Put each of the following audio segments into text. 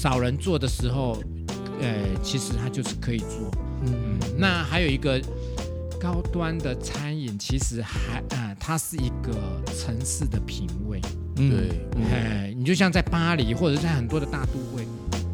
少人做的时候，其实它就是可以做。那还有一个高端的餐饮，其实它是一个城市的品味。对，你就像在巴黎，或者在很多的大都会。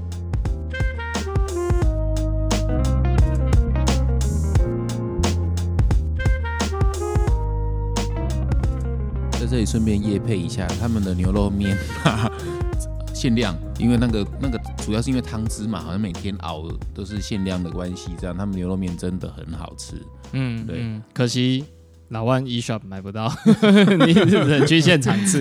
在这里顺便业配一下他们的牛肉面，限量，因为那个主要是因为汤汁嘛，好像每天熬都是限量的关系，这样他们牛肉面真的很好吃。对， 可惜老万 eShop 买不到，你只能去现场吃，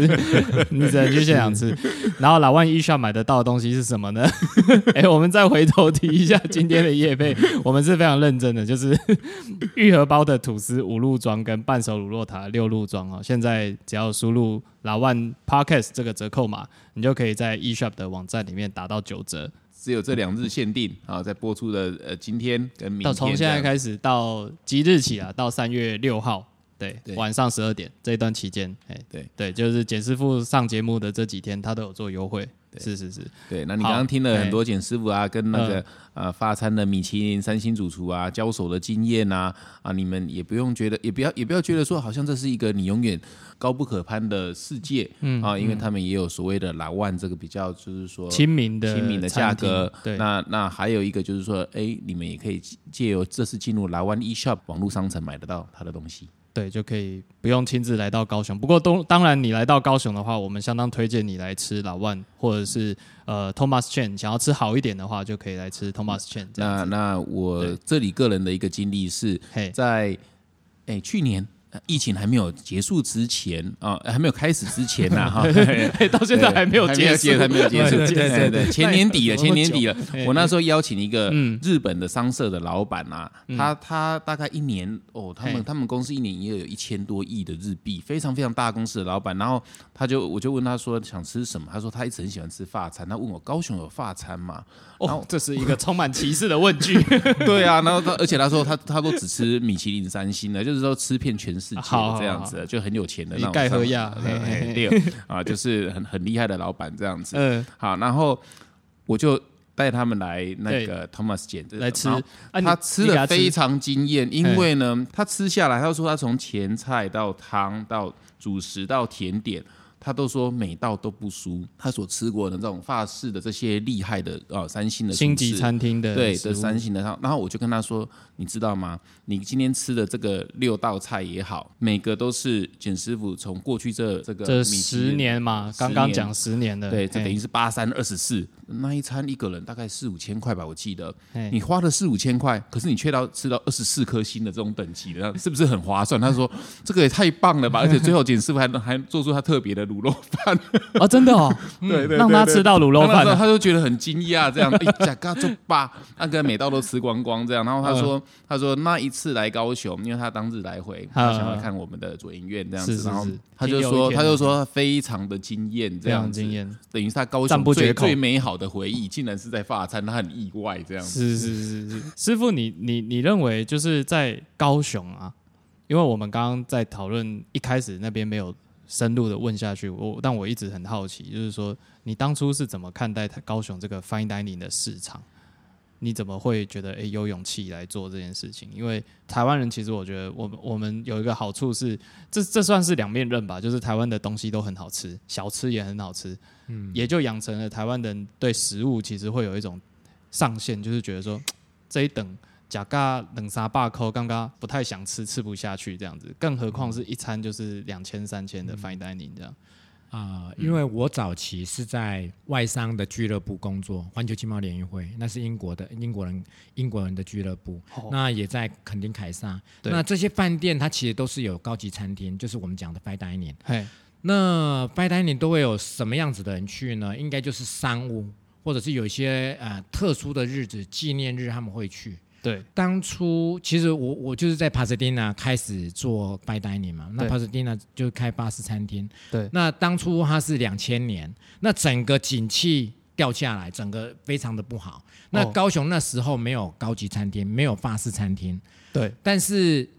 然后老万 eShop 买得到的东西是什么呢？我们再回头提一下今天的业配，我们是非常认真的，就是玉荷包的吐司5入装跟半熟乳酪塔6入装哦。现在只要输入老万 Podcast 这个折扣码，你就可以在 eShop 的网站里面打到9折。 只有这2日限定啊，在播出的今天跟明天， 从现在开始到即日起啊，到3月6号。对，晚上12点这一段期间，对，就是简师傅上节目的这几天，他都有做优惠。是。 对，那你刚刚听了很多简师傅啊，跟那个发餐的米其林3星主厨啊交手的经验啊，你们也不用觉得，也不要觉得说好像这是一个你永远高不可攀的世界因为他们也有所谓的老万这个比较就是说亲民的价格。 对， 那还有一个就是说，你们也可以借由这次进入老万 eShop 网络商城买得到他的东西。 对，就可以不用亲自来到高雄。不过当然，你来到高雄的话，我们相当推荐你来吃老万，或者是Thomas Chen。想要吃好一点的话，就可以来吃 Thomas Chen。 那我这里个人的一个经历是在去年。疫情还没有结束之前还没有开始之前到现在还没有结束， 对，前年底了。我那时候邀请一个日本的商社的老板他大概1年他们公司1年也有1000多亿的日币，非常非常大公司的老板。然后我就问他说想吃什么，他说他一直很喜欢吃法餐，他问我高雄有法餐吗？ 这是一个充满歧视的问句。 对啊，然后而且他说他都只吃米其林3星的，就是说吃遍全世界这样子，就很有钱的那种。 盖喝亚， 对就是很厉害的老板这样子。好，然后我就带他们来那个 Thomas 姐来吃， 他吃的非常惊艳，因为呢，他吃下来，他说他从前菜到汤到主食到甜点。他都说每道都不输他所吃过的这种法式的这些厉害的3星的星级餐厅的对的3星的，然后我就跟他说，你知道吗？你今天吃的这个6道菜也好，每个都是简师傅从过去这 10年嘛，刚刚讲10年的， 对，这等于是8324那一餐一个人大概4-5千块吧，我记得你花了4-5千块，可是你却吃到24颗星的这种等级的，是不是很划算？他说这个也太棒了吧，而且最后简师傅还做出他特别的卤肉饭真的对， 让他吃到卤肉饭， 他就觉得很惊讶，这样假嘎就吧，那个每道都吃光光这样。然后他说那一次来高雄，因为他当日来回，他想要看我们的左营院这样子，然后他就说非常的惊艳，这样子，等于是他高雄最美好的回忆，竟然是在法餐，他很意外这样子。 是，师傅，你认为就是在高雄啊？因为我们刚刚在讨论一开始那边没有深入的问下去，但我一直很好奇，就是说你当初是怎么看待高雄这个 fine dining 的市场？你怎么会觉得有勇气来做这件事情？因为台湾人其实我觉得我们有一个好处是，这算是两面刃吧，就是台湾的东西都很好吃，小吃也很好吃，也就养成了台湾人对食物其实会有一种上限，就是觉得说这一等假嘎2、300块，刚刚不太想吃不下去这样子，更何况是一餐就是2000、3000的 fine dining 这样。 因为我早期是在外商的俱乐部工作，环球经贸联谊会，那是英国人的俱乐部，那也在垦丁凯撒。那这些饭店它其实都是有高级餐厅，就是我们讲的 fine dining。那 fine dining 都会有什么样子的人去呢？应该就是商务，或者是有一些特殊的日子、纪念日他们会去。 对， 当初其实我就是在帕萨迪纳开始做 fine dining 嘛，那帕萨迪纳就开巴士餐厅。 对， 那当初它是2000年，那整个景气掉下来，整个非常的不好。那高雄那时候没有高级餐厅，没有法式餐厅。 对， 但是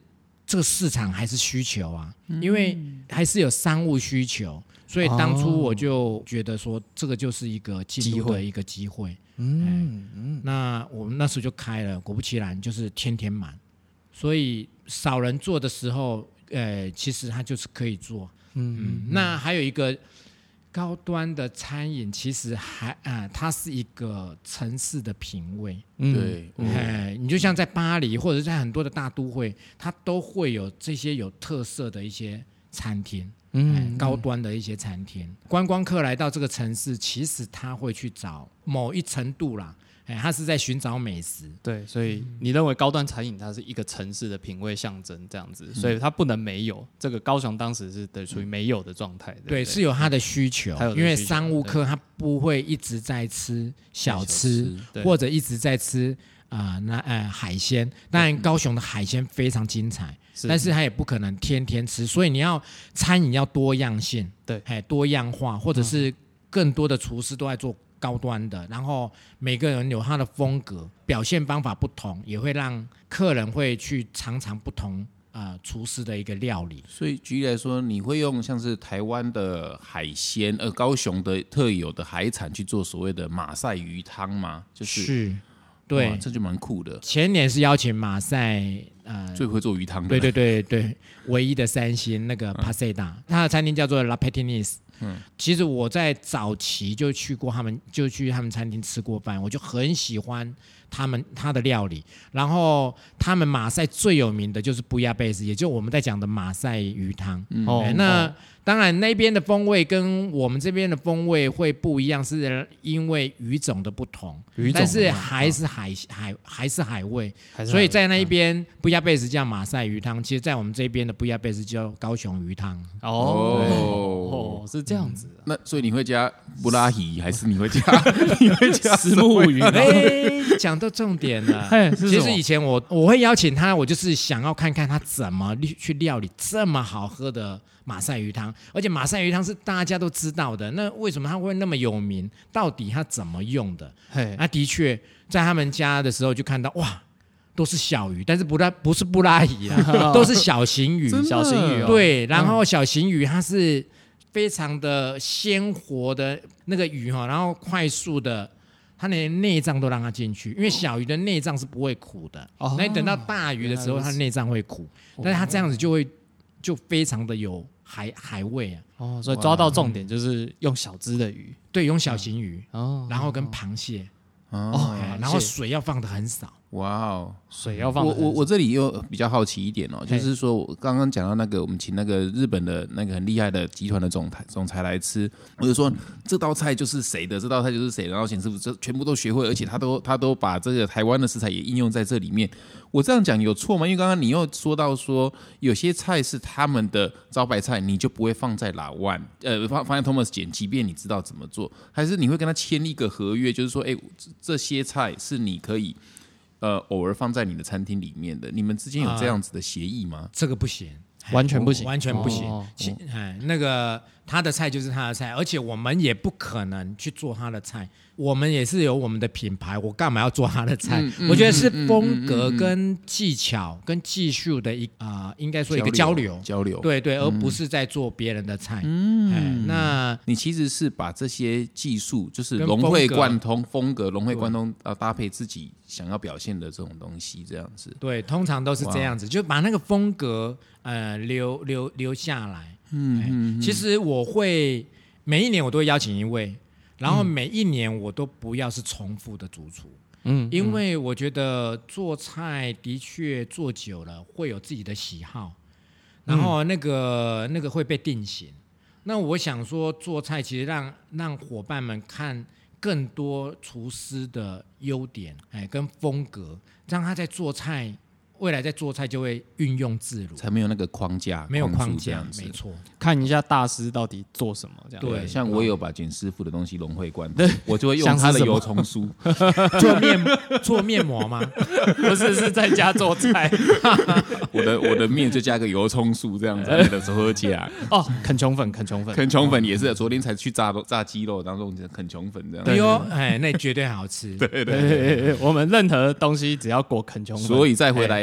这个市场还是需求啊，因为还是有商务需求，所以当初我就觉得说这个就是一个进入的一个机会。那我们那时候就开了，果不其然就是天天满，所以少人做的时候，其实它就是可以做。那还有一个高端的餐饮，其实它是一个城市的品味。 对， 你就像在巴黎或者在很多的大都会，它都会有这些有特色的一些餐厅。高端的一些餐厅，观光客来到这个城市，其实他会去找某一程度啦，他是在寻找美食。 对，所以你认为高端餐饮它是一个城市的品味象征这样子，所以它不能没有。这个高雄当时是属于没有的状态。 对，是有它的需求，因为商务客他不会一直在吃小吃，或者一直在吃海鲜。当然，高雄的海鲜非常精彩。但是它也不可能天天吃，所以你要餐饮要多样性，对，多样化，或者是更多的厨师都在做高端的，然后每个人有他的风格，表现方法不同，也会让客人会去尝尝不同厨师的一个料理。 所以举例来说，你会用像是台湾的海鲜，高雄的特有的海产去做所谓的马赛鱼汤吗？ 是。对， 这就蛮酷的。 前年是邀请马赛最会做鱼汤的， 对，唯一的3星那个 Paseda， 他的餐厅叫做 La Petinis。其实我在早期就去他们餐厅吃过饭，我就很喜欢他的料理。然后他们马赛最有名的就是布亚贝斯，也就是我们在讲的马赛鱼汤。那当然那边的风味跟我们这边的风味会不一样，是因为鱼种的不同，但是还是海味，所以在那一边布亚贝斯叫马赛鱼汤，其实在我们这边的布亚贝斯叫高雄鱼汤。 是这样子。 那所以你会加布拉鱼，还是你会加虱目鱼？ 讲到重点了。其实以前我会邀请他，我就是想要看看他怎么去料理这么好喝的马赛鱼汤，而且马赛鱼汤是大家都知道的，那为什么它会那么有名？到底它怎么用的？那的确在他们家的时候就看到哇，都是小鱼，但是不是布拉鱼啦，都是小型鱼， 小型鱼。 对，然后小型鱼它是非常的鲜活的那个鱼然后快速的。它连内脏都让它进去，因为小鱼的内脏是不会苦的。那你等到大鱼的时候，它内脏会苦，但是它这样子就非常的有海味啊。 所以抓到重点就是用小只的鱼， 对，用小型鱼，然后跟螃蟹，然后水要放的很少。 哇哦， 水要放。 我这里又比较好奇一点就是说我刚刚讲到那个，我们请那个日本的那个很厉害的集团的总裁来吃，我就说这道菜就是谁的，这道菜就是谁的，然后请师傅这全部都学会，而且他都把这个台湾的食材也应用在这里面。我这样讲有错吗？因为刚刚你又说到说有些菜是他们的招牌菜，你就不会放在拉万，放在 Thomas 简，即便你知道怎么做，还是你会跟他签一个合约，就是说，这些菜是你可以。偶尔放在你的餐厅里面的，你们之间有这样子的协议吗？ 这个不行， 完全不行， 完全不行。那个他的菜就是他的菜，而且我们也不可能去做他的菜。我们也是有我们的品牌，我干嘛要做他的菜？我觉得是风格跟技巧跟技术的应该说一个交流，对，而不是在做别人的菜。那你其实是把这些技术就是融会贯通，风格融会贯通，搭配自己想要表现的这种东西，这样子。 对，通常都是这样子，就把那个风格留下来。其实我会每一年我都会邀请一位。然后每一年我都不要是重复的主厨，因为我觉得做菜的确做久了会有自己的喜好，然后那个会被定型。那我想说做菜其实让伙伴们看更多厨师的优点，跟风格，让他在做菜。未来在做菜就会运用自如， 才没有那个框架， 没有框架，没错。 看一下大师到底做什么，这样对。像我有把简师傅的东西融会贯通，我就会用他的油葱酥做面膜吗？ 不是，是在家做菜。 我的面就加个油葱酥这样子，那个时候起来。 肯琼粉也是，昨天才去炸鸡肉，然后用肯琼粉这样。 对哦，那绝对好吃。 对， 我们任何东西只要裹肯琼粉， 所以再回来。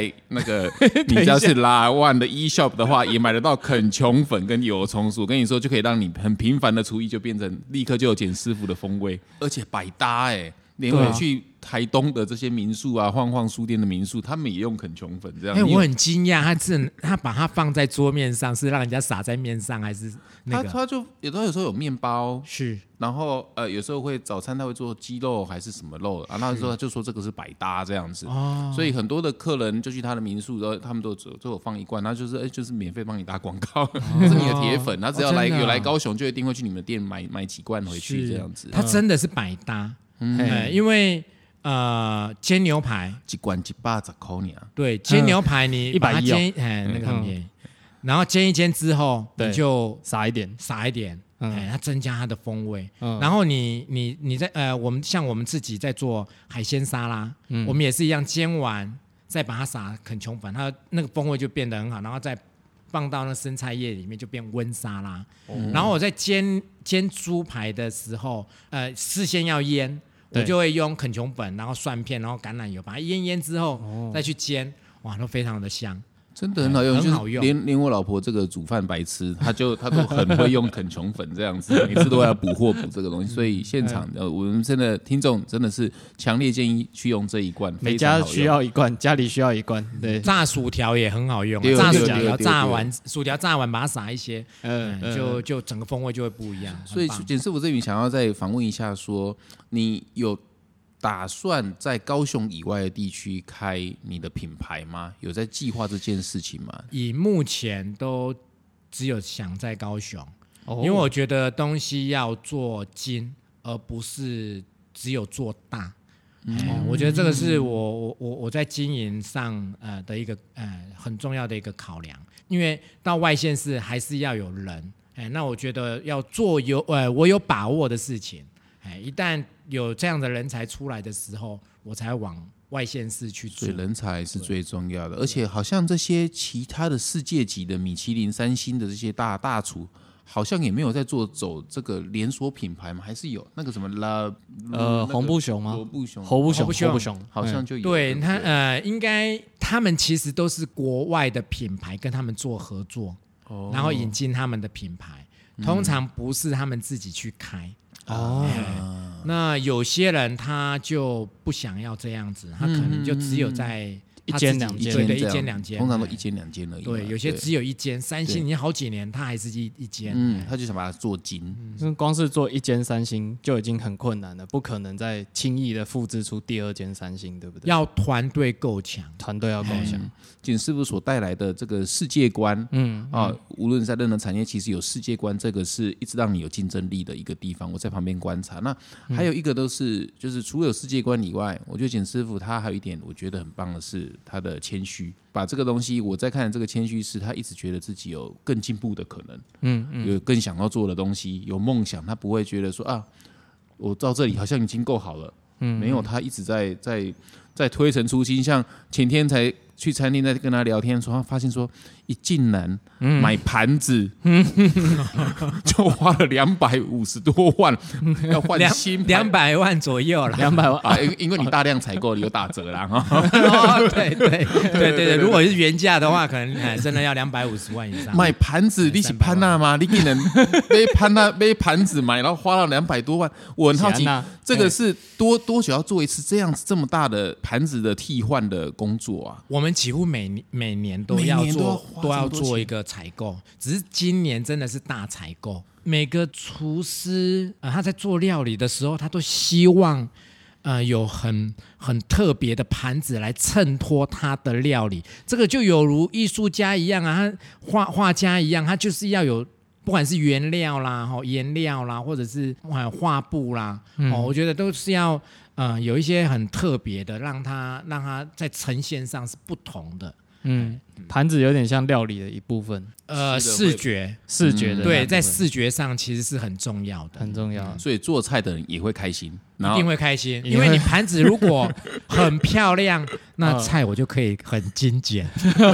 来那个你只要是拉万的 eShop 的话，也买得到肯琼粉跟油葱酥。我跟你说，就可以让你很频繁的厨艺就变成立刻就有简师傅的风味，而且百搭连我去台东的这些民宿啊，晃晃书店的民宿，他们也用肯琼粉这样。 我很惊讶，他把它放在桌面上，是让人家撒在面上，还是那个？ 他就有时候有面包， 是， 然后有时候会早餐他会做鸡肉还是什么肉啊，那时候他就说这个是百搭这样子。所以很多的客人就去他的民宿，然后他们都有放一罐，然后就是免费帮你打广告，这是你的铁粉，他只要有来高雄，就一定会去你们的店买几罐回去这样子。 他真的是百搭。因为煎牛排一罐180块呢。 对，煎牛排你把它煎，那个很便宜。然后煎一煎之后，你就撒一点， 它增加它的风味。然后你在我们自己在做海鲜沙拉，我们也是一样，煎完再把它撒肯琼粉，它那个风味就变得很好，然后再放到那生菜叶里面就变温沙拉。然后我在煎猪排的时候，事先要腌，我就会用肯琼粉，然后蒜片，然后橄榄油，把它腌之后再去煎，哇，都非常的香。 真的很好用， 很好用。 连我老婆这个煮饭白痴，她都很会用肯琼粉这样子，每次都要补这个东西。所以现场我们真的听众真的是强烈建议去用这一罐， 每家需要一罐，家里需要一罐。对， 炸薯条也很好用，炸薯条炸完把它撒一些，就整个风味就会不一样。 所以简师傅这里想要再访问一下，说你有打算在高雄以外的地区开你的品牌吗？有在计划这件事情吗？ 以目前都只有想在高雄，因为我觉得东西要做精，而不是只有做大。我觉得这个是我在经营上的一个很重要的一个考量，因为到外县市还是要有人。那我觉得要做我有把握的事情。一旦有这样的人才出来的时候，我才往外县市去做。 所以人才是最重要的，而且好像这些其他的世界级的米其林3星的这些大厨，好像也没有在走这个连锁品牌嘛，还是有那个什么红布熊吗？ 侯布熊好像就有。 对他应该他们其实都是国外的品牌跟他们做合作，然后引进他们的品牌，通常不是他们自己去开。那有些人他就不想要这样子，他可能就只有在一间两间， 对，一间两间， 通常都一间两间而已。 对，有些只有一间，3星已经好几年，他还是一间。 他就想把它做精。 光是做一间3星就已经很困难了，不可能再轻易的复制出第2间3星，对不对？ 要团队够强， 团队要够强。 简师傅所带来的这个世界观，无论在任何产业，其实有世界观，这个是一直让你有竞争力的一个地方。我在旁边观察，那还有一个就是除了有世界观以外，我觉得简师傅他还有一点我觉得很棒的是他的谦虚。把这个东西，我在看这个谦虚是他一直觉得自己有更进步的可能，有更想要做的东西，有梦想，他不会觉得说我到这里好像已经够好了，没有，他一直在推陈出新。像前天才去餐厅在跟他聊天，说他发现说一进南买盘子就花了250多万，要换新盘 200万左右了 ，200万啊，因为你大量采购有打折啦对，如果是原价的话，可能真的要250万以上。 买盘子你是潘娜吗？你可能背盘子买，然后花了200多万，我很好奇，这个是多久要做一次这么大的盘子的替换的工作啊？ 我们几乎每年都要做一个采购，只是今年真的是大采购。每个厨师他在做料理的时候，他都希望有很特别的盘子来衬托他的料理。这个就有如艺术家一样啊，他画家一样，他就是要有不管是原料啦、颜料啦，或者是画布啦，我觉得都是要有一些很特别的，让它在呈现上是不同的。 盘子有点像料理的一部分， 视觉的对，在视觉上其实是很重要的， 很重要。 所以做菜的人也会开心， 一定会开心，因为你盘子如果很漂亮，那菜我就可以很精简。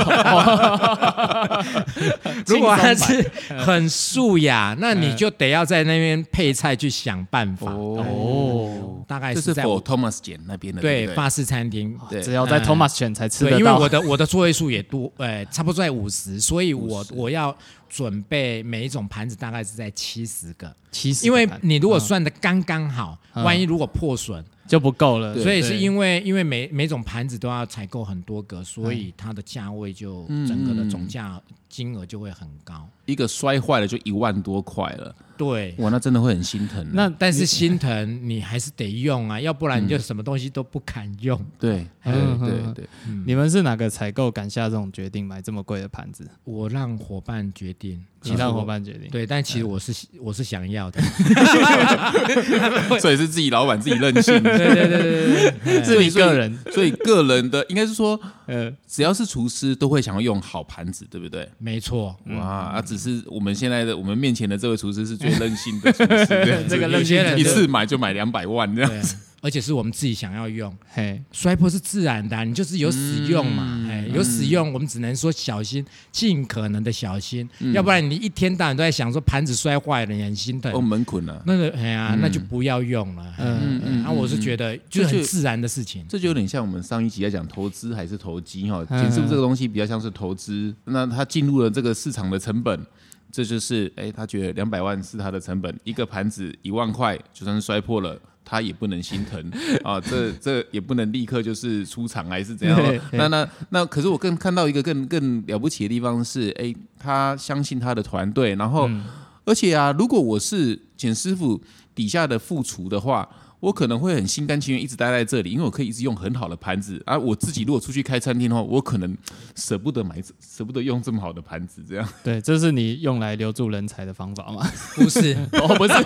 如果它是很素雅，那你就得要在那边配菜去想办法。大概是在 Thomas 简那边的， 对，法式餐厅， 只要在 Thomas 简才吃得到。 因为我的座位数也多，差不多在50，所以我要准备每一种盘子大概是在70个，70个，因为你如果算的刚刚好，万一如果破损就不够了。 所以是因为每种盘子都要采购很多个，所以它的价位就整个的总价金额就会很高。 一个摔坏了就1万多块了。 对， 哇，那真的会很心疼。 那但是心疼你还是得用啊，要不然你就什么东西都不敢用。 对， 你们是哪个采购敢下这种决定买这么贵的盘子？ 我让伙伴决定。 你让伙伴决定？ 对，但其实我是想要的。 所以是自己老板自己任性。 对， 是你个人， 所以个人的应该是说，只要是厨师都会想要用好盘子，对不对？ 没错。 哇，只是我们面前的这位厨师是最任性的厨师， 这个任性人一次买就买200万这样子。 而且是我们自己想要用，摔破是自然的，你就是有使用嘛，有使用，我们只能说小心，尽可能的小心，要不然你一天到晚都在想说盘子摔坏了，你很心疼， 门捆了， 那个那就不要用了。我是觉得就是很自然的事情， 这就有点像我们上一集在讲投资还是投机哈，简师傅这个东西比较像是投资，那他进入了这个市场的成本。这就是他觉得200万是他的成本，一个盘子1万块，就算是摔破了，他也不能心疼啊，这也不能立刻就是出场还是怎样？那可是我看到一个更了不起的地方是，他相信他的团队，然后而且啊，如果我是简师傅底下的副厨的话。我可能会很心甘情愿一直待在这里，因为我可以一直用很好的盘子。而我自己如果出去开餐厅的话，我可能舍不得用这么好的盘子，这样。 对，这是你用来留住人才的方法吗？ 不是， 不是，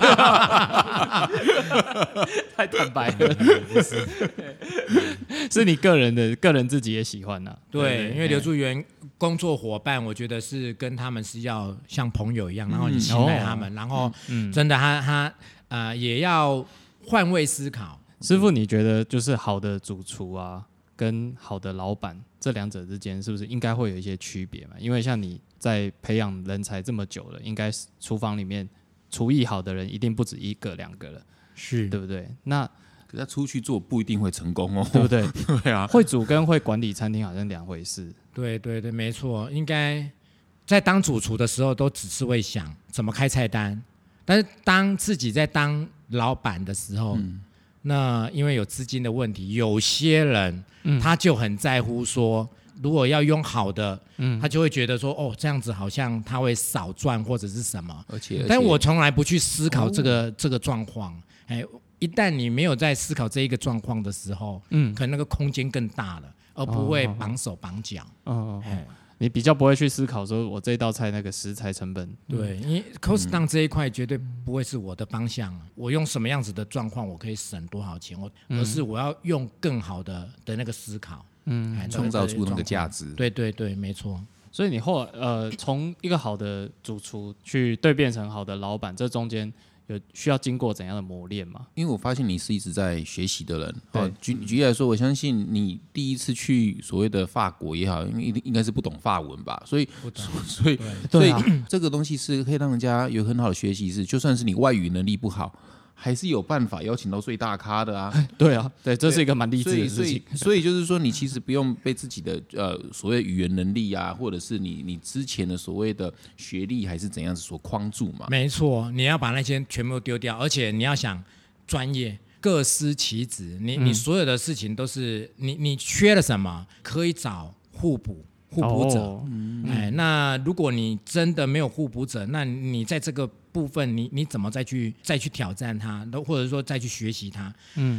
太坦白了，不是，是你个人自己也喜欢呐。 对，因为留住工作伙伴，我觉得是跟他们是要像朋友一样，然后你信赖他们，然后真的他也要。换位思考， 师傅，你觉得就是好的主厨啊，跟好的老板这两者之间是不是应该会有一些区别嘛？因为像你在培养人才这么久了，应该厨房里面厨艺好的人一定不止1个2个了， 是对不对？那可是他出去做不一定会成功哦， 对不对？ 对啊， 会煮跟会管理餐厅好像2回事。 对，没错，应该在当主厨的时候都只是会想怎么开菜单，但是当自己在当老板的时候，那因为有资金的问题，有些人他就很在乎说，如果要用好的，他就会觉得说，这样子好像他会少赚或者是什么。 而且但我从来不去思考这个状况。一旦你没有在思考这一个状况的时候，可能那个空间更大了，而不会绑手绑脚。 你比较不会去思考说我这道菜那个食材成本。 对，因为 cost down 这一块绝对不会是我的方向。我用什么样子的状况我可以省多少钱，而是我要用更好的那个思考， 创造出那个价值。 对，没错。 所以你从一个好的主厨去蜕变成好的老板，这中间有需要经过怎样的磨练吗？ 因为我发现你是一直在学习的人。举例来说，我相信你第一次去所谓的法国也好，应该是不懂法文吧，所以这个东西是可以让人家有很好的学习，是就算是你外语能力不好，还是有办法邀请到最大咖的啊。 对啊，对，这是一个蛮励志的事情。 所以就是说，你其实不用被自己的所谓语言能力啊，或者是你之前的所谓的学历还是怎样子所框住嘛。 没错，你要把那些全部都丢掉，而且你要想专业各司其职，你所有的事情都是你缺了什么，可以找互补者。那如果你真的没有互补者，那你在这个部分你怎么再去挑战它，或者说再去学习它？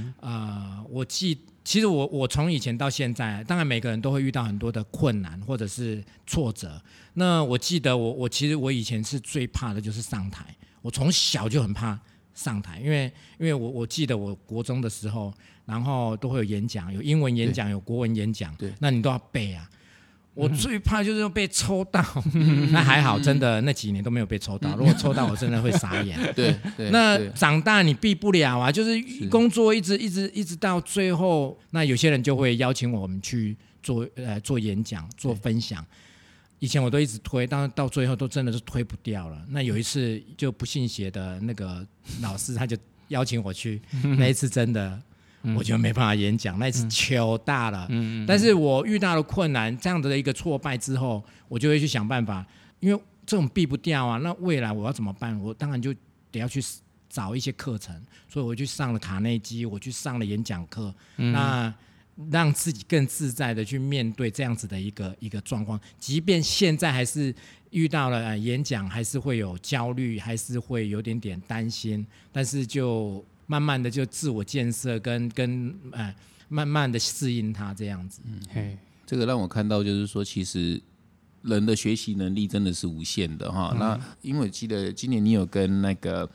其实我从以前到现在，当然每个人都会遇到很多的困难或者是挫折。那我记得其实我以前是最怕的就是上台，我从小就很怕上台，因为我记得我国中的时候，然后都会有演讲，有英文演讲，有国文演讲，那你都要背啊。 我最怕就是被抽到，那还好，真的那几年都没有被抽到。如果抽到，我真的会傻眼。 对， 那长大你避不了啊，就是工作一直到最后，那有些人就会邀请我们去做演讲、做分享。以前我都一直推，但到最后都真的是推不掉了。那有一次就不信邪的那个老师，他就邀请我去，那一次真的。我就没办法演讲，那一次糗大了。但是我遇到了困难，这样的一个挫败之后，我就会去想办法，因为这种避不掉啊。那未来我要怎么办？我当然就得要去找一些课程，所以我去上了卡内基，我去上了演讲课，那让自己更自在的去面对这样子的一个状况。即便现在还是遇到了演讲，还是会有焦虑，还是会有点担心，但是就慢慢的就自我建设跟慢慢的适应它这样子。 这个让我看到就是说，其实人的学习能力真的是无限的哈。那因为我记得今年你有跟那个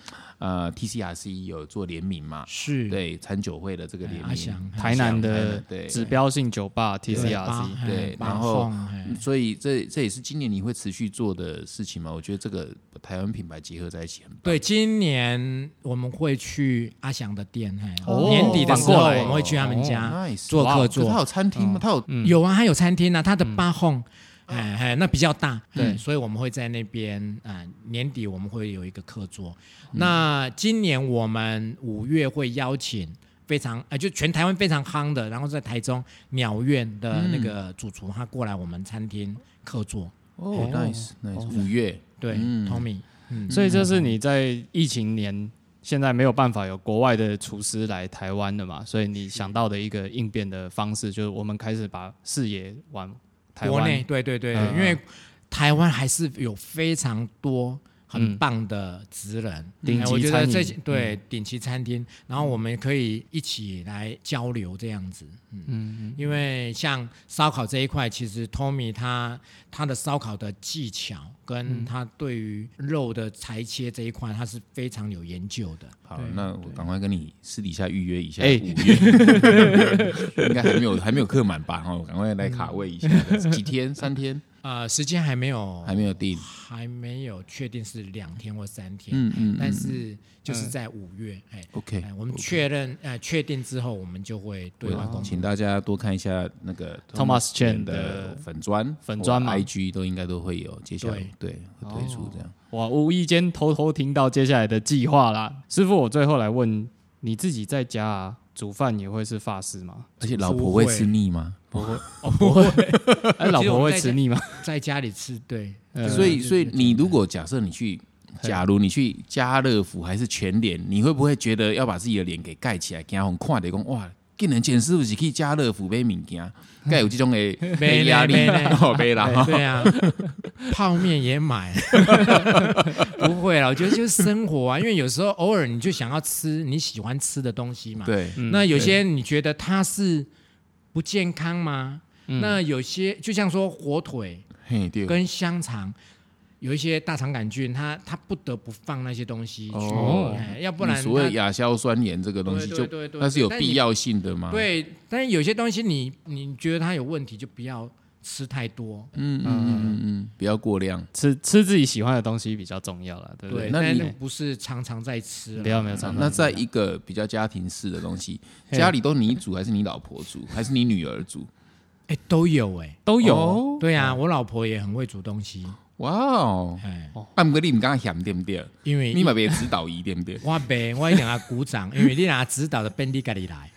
TCRC 有做联名嘛？ 是， 对，餐酒会的这个联名， 台南的指标性酒吧 TCRC， 对，然后所以这也是今年你会持续做的事情嘛？我觉得这个台湾品牌结合在一起很棒。 对，今年我们会去阿翔的店，年底的时候我们会去他们家做客座。 他有餐厅吗？他有啊，他有餐厅啊，他的八烘。那比较大，对，所以我们会在那边年底我们会有一个客座。那今年我们5月会邀请非常就全台湾非常夯的，然后在台中鸟院的那个主厨，他过来我们餐厅客座。 nice， 5月对，Tommy， 所以这是你在疫情年现在没有办法有国外的厨师来台湾的嘛，所以你想到的一个应变的方式，就是我们开始把视野往国内，对，因为台湾还是有非常多很棒的职人，我觉得这对顶级餐厅，然后我们可以一起来交流这样子。因为像烧烤这一块，其实 Tommy 他的烧烤的技巧跟他对于肉的裁切这一块，他是非常有研究的。 好，那我赶快跟你私底下预约一下5月，应该还没有客满吧？赶快来卡位一下，几天？3天？ 时间还没有定， 还没有确定是2天或3天，但是就是在5月 ，OK， 我们确定之后，我们就会对外公布。 请大家多看一下那个 Thomas Chen 的粉专嘛 ，IG 都会有，接下来对会推出这样。 哇，无意间偷偷听到接下来的计划啦，师傅，我最后来问你自己在家煮饭也会是法式吗？ 而且老婆会吃腻吗？ 不会，不会。老婆会吃腻吗？ 在家里吃，对。 所以你如果假如你去家乐福还是全联，你会不会觉得要把自己的脸给盖起来，给人看得讲哇，竟然简师傅是去家乐福买物件，该有这种的压力，没啦。 对啊，泡面也买，不会啦。我觉得就是生活啊，因为有时候偶尔你就想要吃你喜欢吃的东西嘛。 对， 那有些你觉得它是不健康吗？那有些就像说火腿跟香肠，有一些大肠杆菌，它不得不放那些东西去，要不然所谓亚硝酸盐这个东西就它是有必要性的吗？ 对，但是有些东西你觉得它有问题，就不要吃太多， 不要过量， 吃自己喜欢的东西比较重要了，对不对？ 那你不是常常在吃， 没有常常。 那在一个比较家庭式的东西，家里都你煮还是你老婆煮，还是你女儿煮？ 都有都有。 对啊，我老婆也很会煮东西。 哇哦！不过你唔敢嫌对不对？ 因为你嘛别指导伊对不对？ 我一定要鼓掌，因为你拿指导的本地家里来。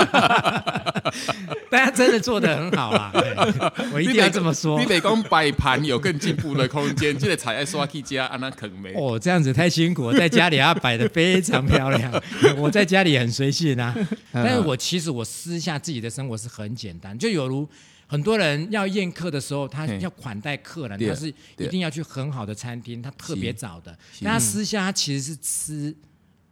大家真的做得很好啦，我一定要这么说。 你得讲摆盘有更进步的空间，这个菜要刷去家，安那坑没？ 这样子太辛苦了，在家里要摆得非常漂亮。我在家里很随性啊，但是其实我私下自己的生活是很简单，就有如很多人要宴客的时候，他要款待客人，他是一定要去很好的餐厅，他特别找的。但他私下他其实是吃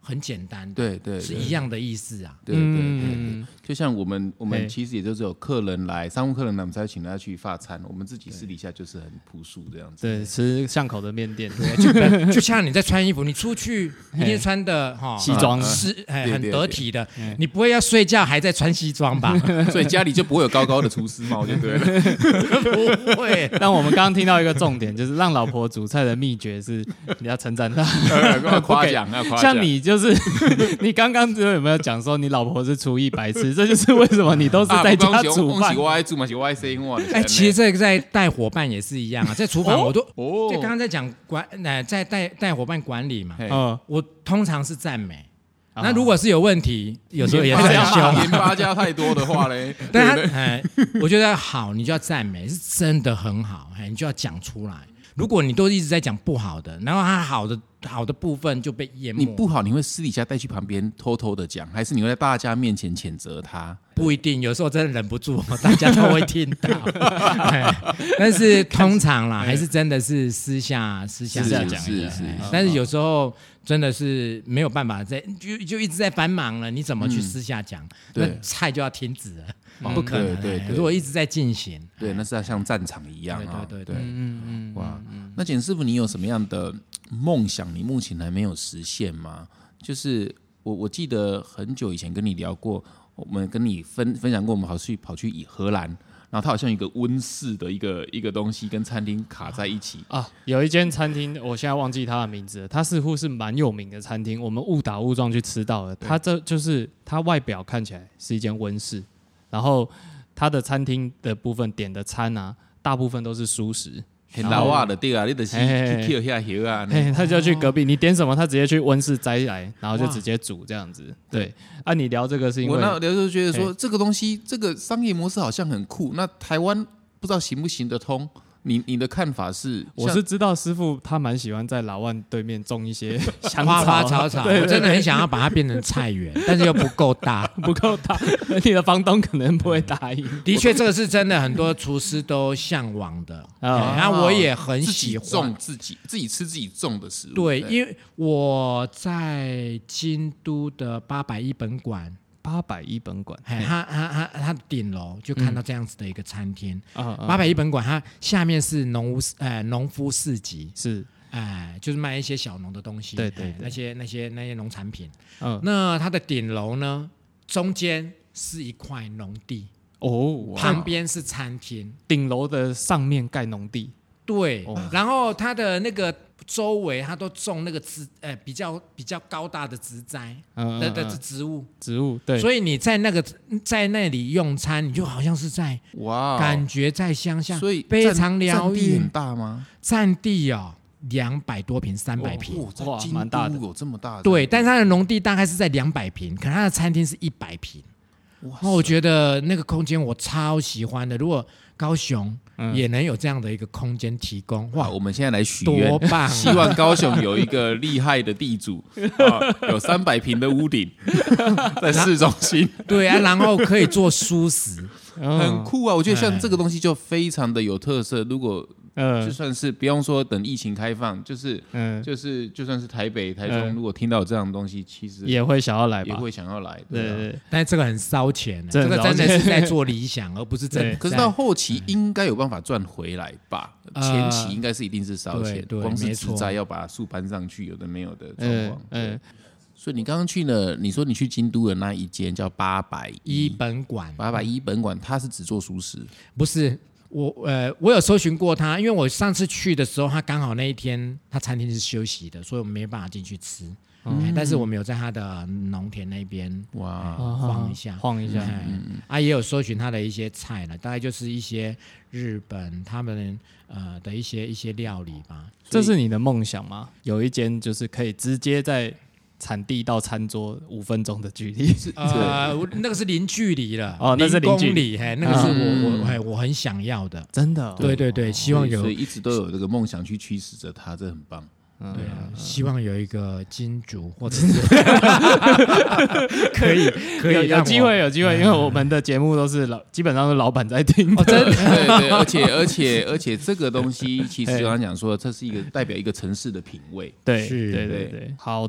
很简单的， 对对， 是一样的意思啊。 对对对，就像我们其实也就是有客人来，商务客人来，我们才请他去法餐，我们自己私底下就是很朴素这样子。 对，吃巷口的面店， 就像你在穿衣服，你出去一定穿的西装， 很得体的，你不会要睡觉还在穿西装吧？ 所以家里就不会有高高的厨师帽，就对了。 不会。 但我们刚刚听到一个重点，就是让老婆煮菜的秘诀是你要称赞她， 要夸奖，要夸奖。 像你就是你刚刚有没有讲说你老婆是厨艺白痴？这就是为什么你都是在家煮饭。 我爱煮嘛，是我爱生活。 其实这个在带伙伴也是一样啊，在厨房我都就刚刚在讲在带伙伴管理嘛，我通常是赞美。那如果是有问题，有时候也是很凶。 盐巴加太多的话嘞， 但我觉得好，你就要赞美，是真的很好，你就要讲出来。如果你都一直在讲不好的，然后他好的部分就被淹没。 你不好，你会私底下带去旁边偷偷的讲，还是你会在大家面前谴责他？ 不一定，有时候真的忍不住，大家都会听到。但是通常啦，还是真的是私下讲。 是。 但是有时候真的是没有办法就一直在繁忙了，你怎么去私下讲？那菜就要停止了，不可能。对，如果一直在进行， 对，那是要像战场一样啊。 对， 哇，那简师傅，你有什么样的梦想？你目前还没有实现吗？就是我记得很久以前跟你聊过，我们跟你分享过，我们跑去荷兰，然后它好像有一个温室的一个东西跟餐厅卡在一起啊。有一间餐厅，我现在忘记它的名字了，它似乎是蛮有名的餐厅，我们误打误撞去吃到了。它这就是它外表看起来是一间温室，然后它的餐厅的部分点的餐啊，大部分都是蔬食。 很老啊的对啊，你就是去捡下叶啊。 他就去隔壁，你点什么，他直接去温室摘来，然后就直接煮这样子。对，你聊这个是因为我那聊就觉得说这个东西，这个商业模式好像很酷。那台湾不知道行不行得通？你的看法是？ 我是知道师傅他蛮喜欢在老万对面种一些香花草，我真的很想要把它变成菜园，但是又不够大， 你的房东可能不会答应。 的确，这个是真的，很多厨师都向往的。然后我也很喜欢种自己吃自己种的食物。 对，因为我在京都的810本馆。 810本馆， 它的顶楼就看到这样子的一个餐厅。810本馆，它下面是农夫市集， 是就是卖一些小农的东西， 对， 那些农产品。那它的顶楼呢，中间是一块农地，旁边是餐厅， 顶楼的上面盖农地。 对，然后它的那个周围，它都种那个比较高大的植栽的植物， 对， 所以你在那里用餐，你就好像是在感觉在乡下， 所以非常疗愈。 占地很大吗？ 占地200多坪，300坪， 哇，蛮大的，有这么大的。 对，但是它的农地大概是在200坪，可它的餐厅是100坪。我觉得那个空间我超喜欢的，如果高雄也能有这样的一个空间提供，哇！ 我们现在来许愿， 多棒！ 希望高雄有一个厉害的地主，有300坪的屋顶，在市中心。 对啊，然后可以做蔬食， 很酷啊！我觉得像这个东西就非常的有特色。如果就算是不用说等疫情开放，就算是台北、台中，如果听到有这样的东西，其实也会想要来吧， 也会想要来。 对， 但是这个很烧钱，这个真的是在做理想，而不是真的。 可是到后期应该有办法赚回来吧？前期应该是一定是烧钱，光是植栽要把树搬上去，有的没有的状况。所以你刚刚去了，你说你去京都的那一间叫810 本馆 ，810本馆，它是只做蔬食， 不是。我有搜寻过他，因为我上次去的时候，他刚好那一天他餐厅是休息的，所以我们没办法进去吃。但是我们有在他的农田那边晃一下，也有搜寻他的一些菜了，大概就是一些日本他们的一些料理吧。 这是你的梦想吗？有一间就是可以直接在产地到餐桌5分钟的距离， 那个是零距离了， 那是 0公里，那个是我很想要的， 真的。 对，希望有， 所以一直都有这个梦想去驱使着他，这很棒。 对啊，希望有一个金主或者是可以有机会，因为我们的节目都是基本上是老板在听， 真的。 对，而且这个东西其实刚刚讲说，这是一个代表一个城市的品味。 对。好的。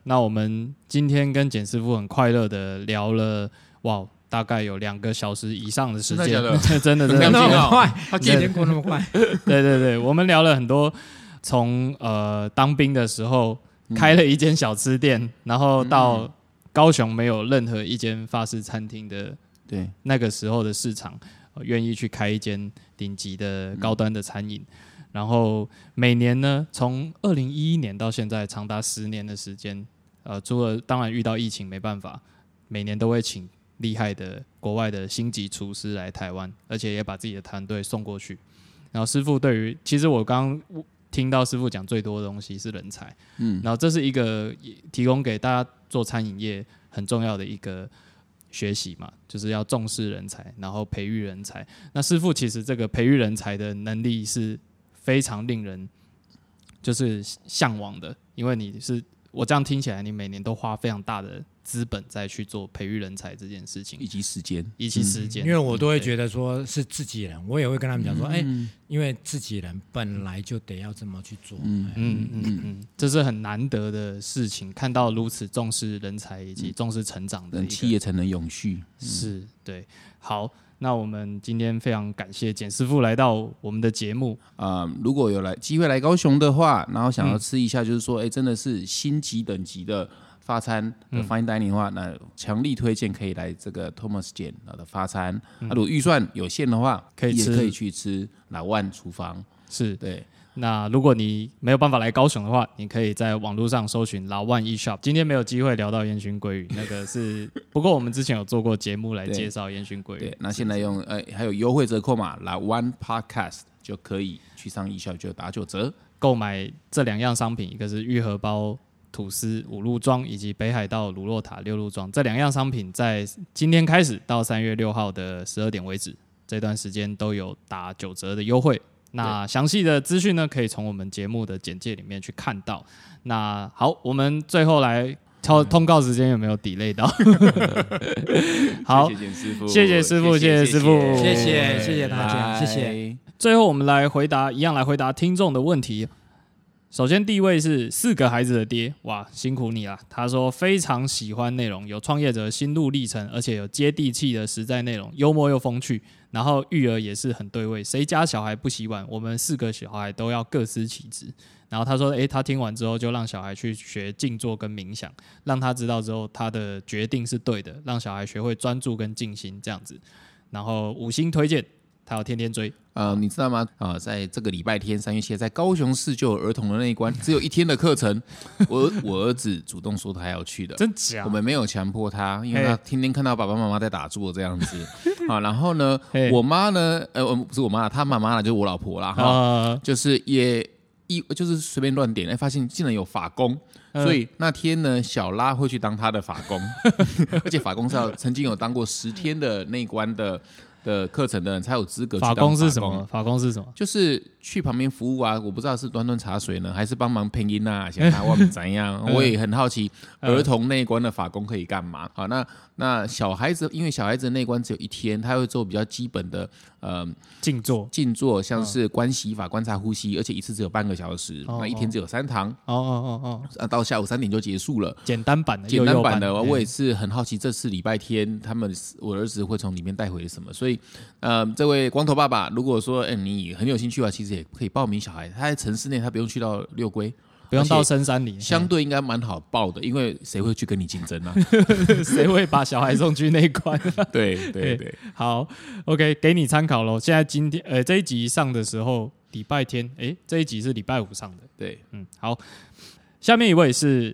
那我们今天跟简师傅很快乐的聊了，哇，大概有2个小时以上的时间，真的那么快，他时间过那么快。 对对对，我们聊了很多，从当兵的时候开了一间小吃店，然后到高雄没有任何一间法式餐厅的， 对那个时候的市场，愿意去开一间顶级的高端的餐饮。然后每年呢，从2011年到现在，长达10年的时间，除了当然遇到疫情没办法，每年都会请厉害的国外的星级厨师来台湾，而且也把自己的团队送过去。然后师傅其实我刚听到师傅讲最多的东西是人才，然后这是一个提供给大家做餐饮业很重要的一个学习嘛，就是要重视人才，然后培育人才。那师傅其实这个培育人才的能力是非常令人就是向往的，因为我这样听起来，你每年都花非常大的资本再去做培育人才这件事情， 以及时间， 因为我都会觉得说是自己人，我也会跟他们讲说，因为自己人本来就得要这么去做， 这是很难得的事情，看到如此重视人才以及重视成长的企业才能永续， 是对。好，那我们今天非常感谢简师傅来到我们的节目。 如果有机会来高雄的话，然后想要吃一下，就是说，真的是星级等级的法餐的 fine dining 的话，那强力推荐可以来这个 Thomas 简的法餐。如果预算有限的话，也可以去吃老万厨房。 是对。 那如果你没有办法来高雄的话，你可以在网络上搜寻老万 eShop。今天没有机会聊到烟熏鲑鱼，那个是不过我们之前有做过节目来介绍烟熏鲑鱼。 对，那现在用还有优惠折扣码老万 Podcast 就可以去上 eShop 就打9折， 购买这2样商品，一个是玉荷包吐司5入装，以及北海道乳酪塔6入装。这2样商品在今天开始到3月6号的12点为止，这段时间都有打9折的优惠。那详细的资讯呢，可以从我们节目的简介里面去看到。那好，我们最后来通告时间有没有 delay 到？好， 谢谢师傅， 谢谢师傅，谢谢师傅， 谢谢大家，谢谢。 最后我们来回答听众的问题。首先第一位是4个孩子的爹，哇，辛苦你啦。他说非常喜欢内容，有创业者的心路历程，而且有接地气的实在内容，幽默又风趣，然后育儿也是很对味。谁家小孩不洗碗？我们4个小孩都要各司其职。然后他说，他听完之后就让小孩去学静坐跟冥想，让他知道之后他的决定是对的，让小孩学会专注跟静心这样子。然后5星推荐，他要天天追。 你知道吗？在这个礼拜天3月7日，在高雄市就有儿童的那一关，只有1天的课程。我儿子主动说他要去的， 真假？ 我们没有强迫他，因为他天天看到爸爸妈妈在打坐这样子。然后呢，我妈呢，不是我妈，他妈妈呢，就是我老婆啦，就是就是随便乱点，发现竟然有法工，所以那天呢，小拉会去当他的法工，而且法工是曾经有当过10天的内关的课程的人才有资格去当法工。 法工是什么？ 就是去旁边服务啊，我不知道是端端茶水呢，还是帮忙配音啊，想他忘怎样？我也很好奇，儿童内关的法工可以干嘛？好，那小孩子，因为小孩子的内关只有1天，他会做比较基本的静坐，像是观息法、观察呼吸，而且一次只有半个小时，那1天只有3堂。到下午3点就结束了。 简单版的， 我也是很好奇，这次礼拜天我儿子会从里面带回什么？所以，这位光头爸爸，如果说你很有兴趣的话，其实也可以报名小孩。他在城市内，他不用去到六龟。 不用到深山里， 相对应该蛮好报的，因为谁会去跟你竞争啊？ 谁会把小孩送去那一关？ 对， 好 ，OK， 给你参考咯。现在今天这一集上的时候，礼拜天，这一集是礼拜5上的。 对， 好。下面一位是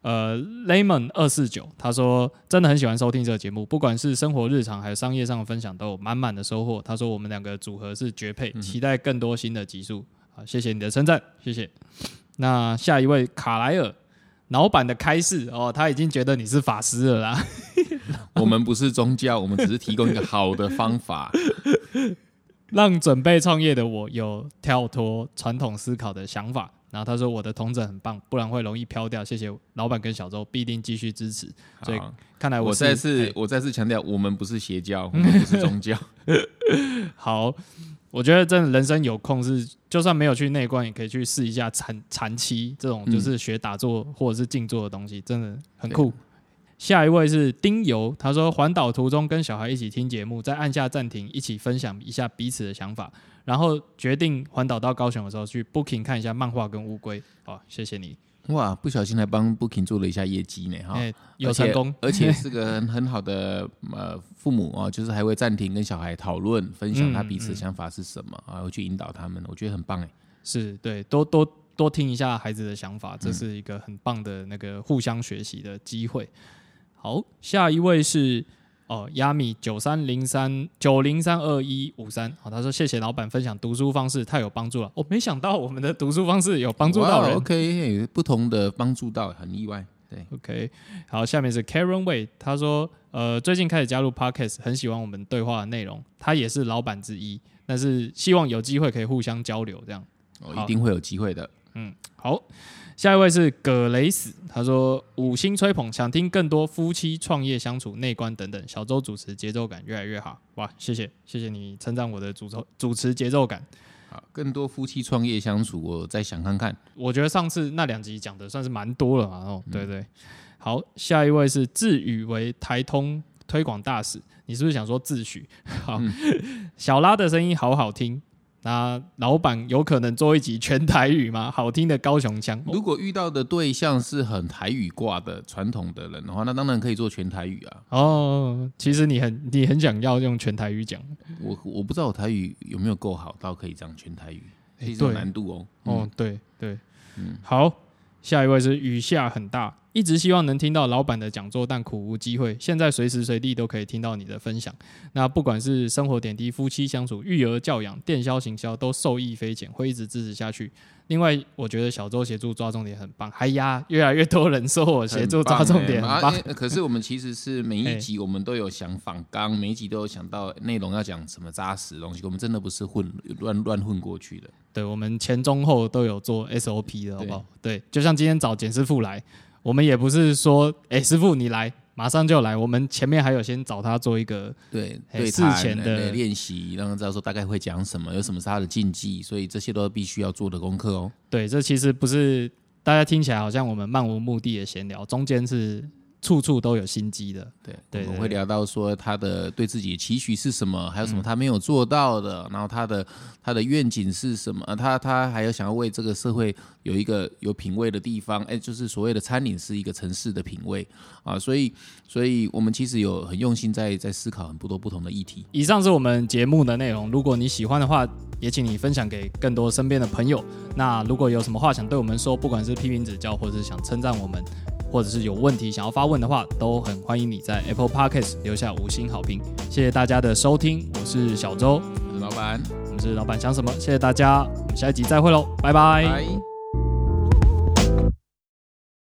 Lemon 249，他说真的很喜欢收听这个节目，不管是生活日常还有商业上的分享，都有满满的收获。他说我们2个组合是绝配，期待更多新的集数。好，谢谢你的称赞，谢谢。那下一位卡莱尔，老板的开示他已经觉得你是法师了啦。 我们不是宗教，我们只是提供一个好的方法， 让准备创业的我有跳脱传统思考的想法。然后他说我的统整很棒，不然会容易飘掉。谢谢老板跟小周，必定继续支持。所以看来我再次强调，我们不是邪教，我们不是宗教。 好， 我觉得真的人生有空就算没有去内观，也可以去试一下禅七这种，就是学打坐或者是静坐的东西，真的很酷。下一位是丁游，他说环岛途中跟小孩一起听节目，再按下暂停，一起分享一下彼此的想法，然后决定环岛到高雄的时候去 Booking 看一下漫画跟乌龟。好，谢谢你。 哇，不小心还帮 Booking 做了一下业绩呢， 有成功， 而且是个很好的父母就是还会暂停跟小孩讨论，分享他彼此的想法是什么会去引导他们，我觉得很棒哎。 是，对，多听一下孩子的想法，这是一个很棒的那个互相学习的机会。好，下一位是Yami 93032153，好，他说谢谢老板分享读书方式，太有帮助了。没想到我们的读书方式有帮助到人。 OK， 不同的帮助到，很意外。对 ，OK， 好，下面是 Karen Wei， 他说最近开始加入 Podcast， 很喜欢我们对话的内容，他也是老板之一，但是希望有机会可以互相交流，这样。 一定会有机会的。 好。下一位是葛雷斯，他说5星吹捧，想听更多夫妻创业相处、内观等等。小周主持节奏感越来越好，哇，谢谢你称赞我的主持节奏感。 好，更多夫妻创业相处，我再想看看。 我觉得上次那2集讲的算是蛮多了嘛，对。好，下一位是自诩为台通推广大使，你是不是想说自诩？好，小拉的声音好好听。那老板有可能做一集全台语吗？好听的高雄腔。 如果遇到的对象是很台语挂的传统的人的话，那当然可以做全台语啊。 其实你很想要用全台语讲。 我不知道我台语有没有够好到可以讲全台语，其实有难度对，好，下一位是雨下很大，一直希望能听到老板的讲座，但苦无机会。现在随时随地都可以听到你的分享。那不管是生活点滴、夫妻相处、育儿教养、电销行销，都受益匪浅，会一直支持下去。另外，我觉得小周协助抓重点很棒。越来越多人说我协助抓重点很棒。 可是我们其实是每一集我们都有想访纲，每一集都有想到内容要讲什么扎实的东西，我们真的不是乱混过去的。 对，我们前中后都有做 SOP 的，好不好？对，就像今天找简师傅来，我们也不是说，师傅你来马上就来，我们前面还有先找他做一个对事前的练习，让他知道说大概会讲什么，有什么是他的禁忌，所以这些都必须要做的功课哦。 对，这其实不是大家听起来好像我们漫无目的的闲聊，中间是处处都有心机的。 对，我们会聊到说他的对自己的期许是什么，还有什么他没有做到的，然后他的愿景是什么，他还有想要为这个社会有一个有品味的地方，就是所谓的餐饮是一个城市的品味啊，所以我们其实有很用心在思考很多不同的议题。 以上是我们节目的内容，如果你喜欢的话，也请你分享给更多身边的朋友。那如果有什么话想对我们说，不管是批评指教，或者是想称赞我们，或者是有问题想要发问的话，都很欢迎你在 Apple Podcast 留下5星好评。谢谢大家的收听，我是小周， 我是老板， 我们是老板想什么，谢谢大家，我们下一集再会喽，拜拜。